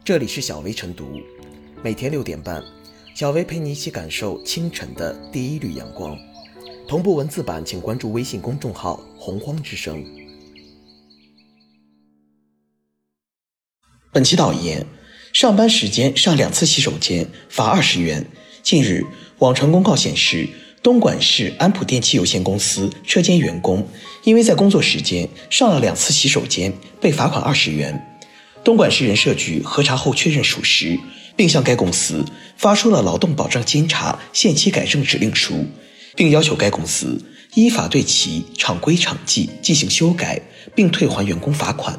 这里是小薇晨读，每天6点半，小薇陪你一起感受清晨的第一缕阳光。同步文字版请关注微信公众号洪荒之声。本期导言：上班时间上2次洗手间罚20元。近日，网传公告显示，东莞市安普电器有限公司车间员工因为在工作时间上了2次洗手间，被罚款20元。东莞市人社局核查后确认属实，并向该公司发出了劳动保障监察限期改正指令书，并要求该公司依法对其厂规厂纪进行修改，并退还员工罚款。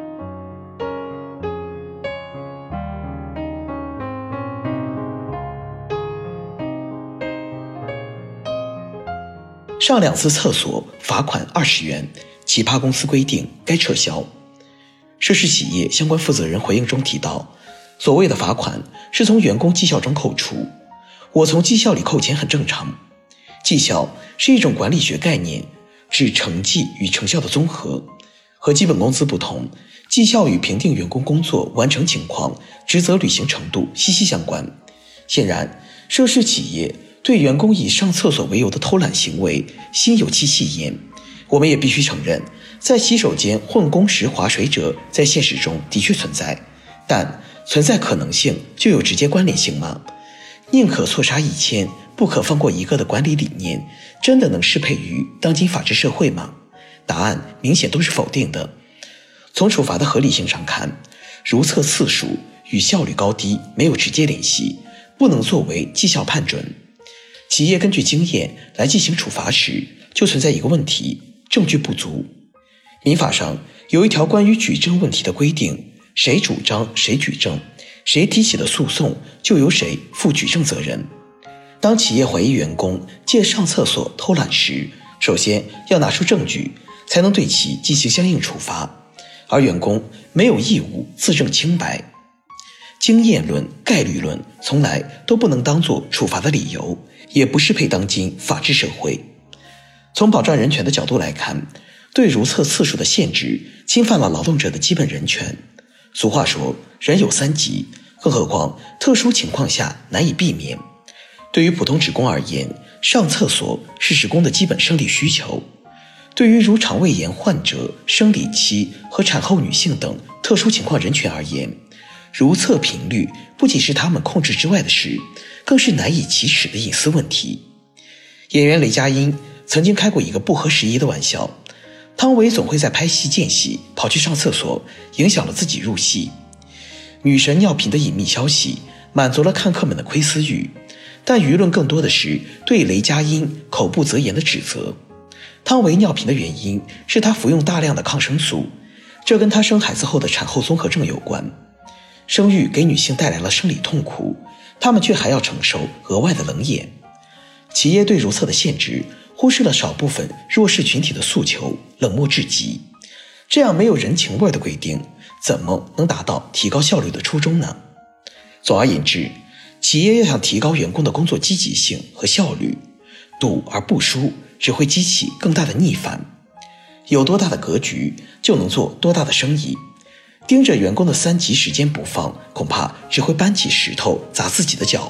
上2次厕所罚款20元，奇葩公司规定该撤销。涉事企业相关负责人回应中提到，所谓的罚款是从员工绩效中扣除，我从绩效里扣钱很正常。绩效是一种管理学概念，指成绩与成效的综合。和基本工资不同，绩效与评定员工工作完成情况、职责履行程度息息相关。显然，涉事企业对员工以上厕所为由的偷懒行为心有戚戚焉。我们也必须承认，在洗手间混工时划水者在现实中的确存在，但存在可能性就有直接关联性吗？宁可错杀1000，不可放过一个的管理理念，真的能适配于当今法治社会吗？答案明显都是否定的。从处罚的合理性上看，如厕次数与效率高低没有直接联系，不能作为绩效判准。企业根据经验来进行处罚时，就存在一个问题：证据不足。民法上有一条关于举证问题的规定，谁主张谁举证，谁提起的诉讼就由谁负举证责任。当企业怀疑员工借上厕所偷懒时，首先要拿出证据，才能对其进行相应处罚，而员工没有义务自证清白。经验论、概率论从来都不能当作处罚的理由，也不适配当今法治社会。从保障人权的角度来看，对如厕次数的限制侵犯了劳动者的基本人权。俗话说，人有3急，更何况特殊情况下难以避免。对于普通职工而言，上厕所是职工的基本生理需求。对于如肠胃炎患者、生理期和产后女性等特殊情况人群而言，如厕频率不仅是他们控制之外的事，更是难以启齿的隐私问题。演员雷佳音曾经开过一个不合时宜的玩笑，汤唯总会在拍戏间隙跑去上厕所，影响了自己入戏。女神尿频的隐秘消息满足了看客们的窥私欲，但舆论更多的是对雷佳音口不择言的指责。汤唯尿频的原因是她服用大量的抗生素，这跟她生孩子后的产后综合症有关。生育给女性带来了生理痛苦，她们却还要承受额外的冷眼。企业对如厕的限制忽视了少部分弱势群体的诉求，冷漠至极。这样没有人情味的规定，怎么能达到提高效率的初衷呢？总而言之，企业要想提高员工的工作积极性和效率，赌而不输只会激起更大的逆反。有多大的格局，就能做多大的生意。盯着员工的3级时间不放，恐怕只会搬起石头砸自己的脚。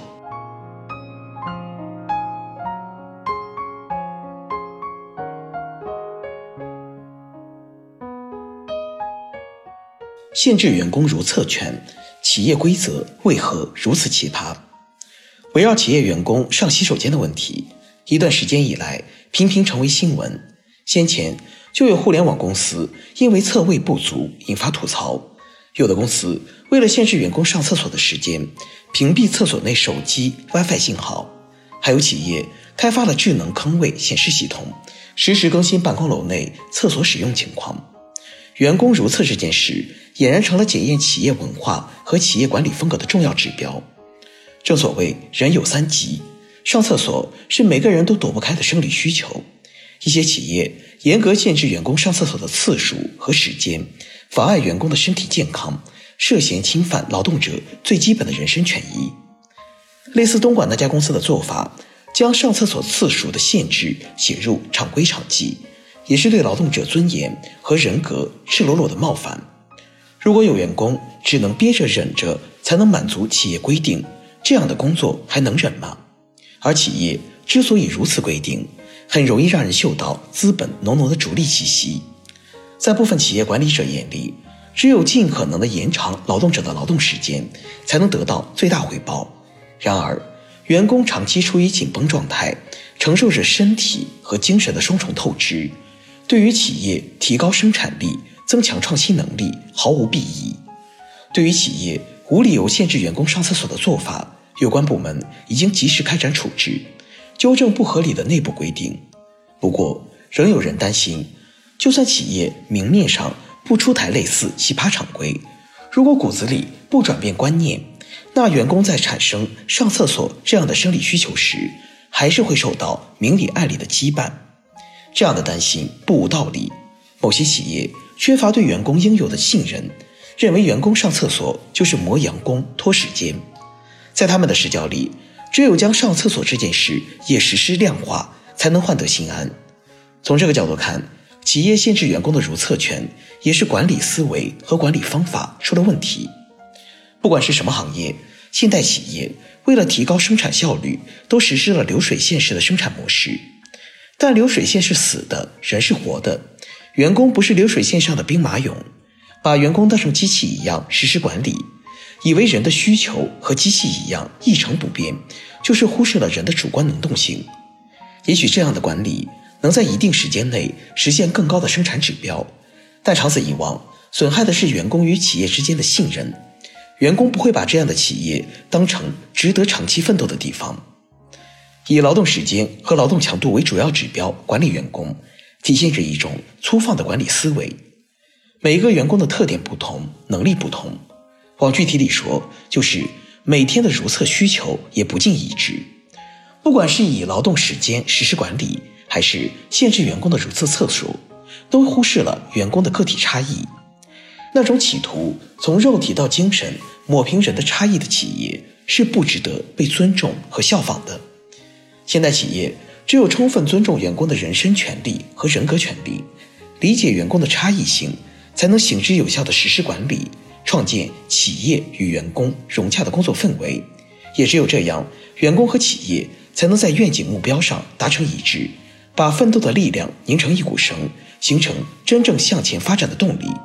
限制员工如厕权，企业规则为何如此奇葩？围绕企业员工上洗手间的问题，一段时间以来频频成为新闻。先前就有互联网公司因为厕位不足引发吐槽，有的公司为了限制员工上厕所的时间，屏蔽厕所内手机 WiFi 信号，还有企业开发了智能坑位显示系统，实时更新办公楼内厕所使用情况。员工如厕这件事俨然成了检验企业文化和企业管理风格的重要指标。正所谓人有3急，上厕所是每个人都躲不开的生理需求。一些企业严格限制员工上厕所的次数和时间，妨碍员工的身体健康，涉嫌侵犯劳动者最基本的人身权益。类似东莞那家公司的做法，将上厕所次数的限制写入厂规厂纪，也是对劳动者尊严和人格赤裸裸的冒犯。 如果有员工只能憋着忍着才能满足企业规定，这样的工作还能忍吗？而企业之所以如此规定，很容易让人嗅到资本浓浓的逐利气息。在部分企业管理者眼里，只有尽可能的延长劳动者的劳动时间，才能得到最大回报。然而，员工长期处于紧绷状态，承受着身体和精神的双重透支，对于企业提高生产力、增强创新能力毫无裨益。对于企业无理由限制员工上厕所的做法，有关部门已经及时开展处置，纠正不合理的内部规定。不过，仍有人担心，就算企业明面上不出台类似奇葩常规，如果骨子里不转变观念，那员工在产生上厕所这样的生理需求时，还是会受到明里暗里的羁绊。这样的担心不无道理。某些企业缺乏对员工应有的信任，认为员工上厕所就是磨洋工、拖时间。在他们的视角里，只有将上厕所这件事也实施量化，才能换得心安。从这个角度看，企业限制员工的如厕权，也是管理思维和管理方法出了问题。不管是什么行业，现代企业为了提高生产效率，都实施了流水线式的生产模式。但流水线是死的，人是活的，员工不是流水线上的兵马俑，把员工当成机器一样实施管理，以为人的需求和机器一样一成不变，就是忽视了人的主观能动性。也许这样的管理能在一定时间内实现更高的生产指标，但长此以往，损害的是员工与企业之间的信任。员工不会把这样的企业当成值得长期奋斗的地方。以劳动时间和劳动强度为主要指标管理员工，体现着一种粗放的管理思维。每一个员工的特点不同，能力不同，往具体里说，就是每天的如厕需求也不尽一致。不管是以劳动时间实施管理，还是限制员工的如厕厕所，都忽视了员工的个体差异。那种企图从肉体到精神抹平人的差异的企业，是不值得被尊重和效仿的。现代企业只有充分尊重员工的人身权利和人格权利，理解员工的差异性，才能行之有效地实施管理，创建企业与员工融洽的工作氛围。也只有这样，员工和企业才能在愿景目标上达成一致，把奋斗的力量拧成一股绳，形成真正向前发展的动力。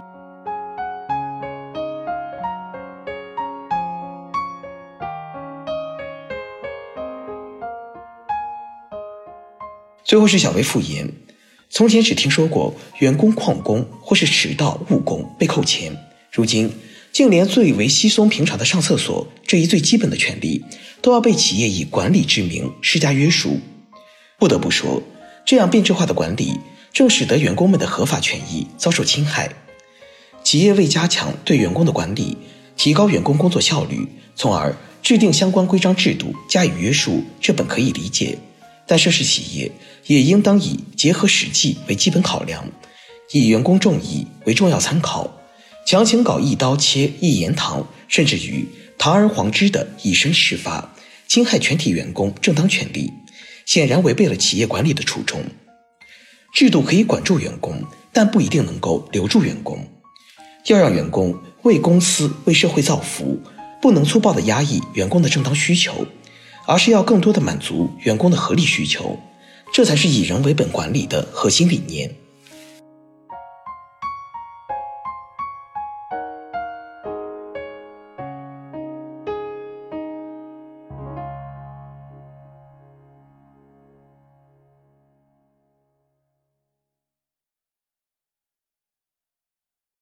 最后是小微复言，从前只听说过员工旷工或是迟到误工被扣钱，如今竟连最为稀松平常的上厕所这一最基本的权利，都要被企业以管理之名施加约束。不得不说，这样变质化的管理正使得员工们的合法权益遭受侵害。企业为加强对员工的管理，提高员工工作效率，从而制定相关规章制度加以约束，这本可以理解。但涉事企业也应当以结合实际为基本考量，以员工众议为重要参考，强行搞一刀切、一言堂，甚至于堂而皇之的以身试法，侵害全体员工正当权利，显然违背了企业管理的初衷。制度可以管住员工，但不一定能够留住员工。要让员工为公司、为社会造福，不能粗暴地压抑员工的正当需求，而是要更多地满足员工的合理需求，这才是以人为本管理的核心理念。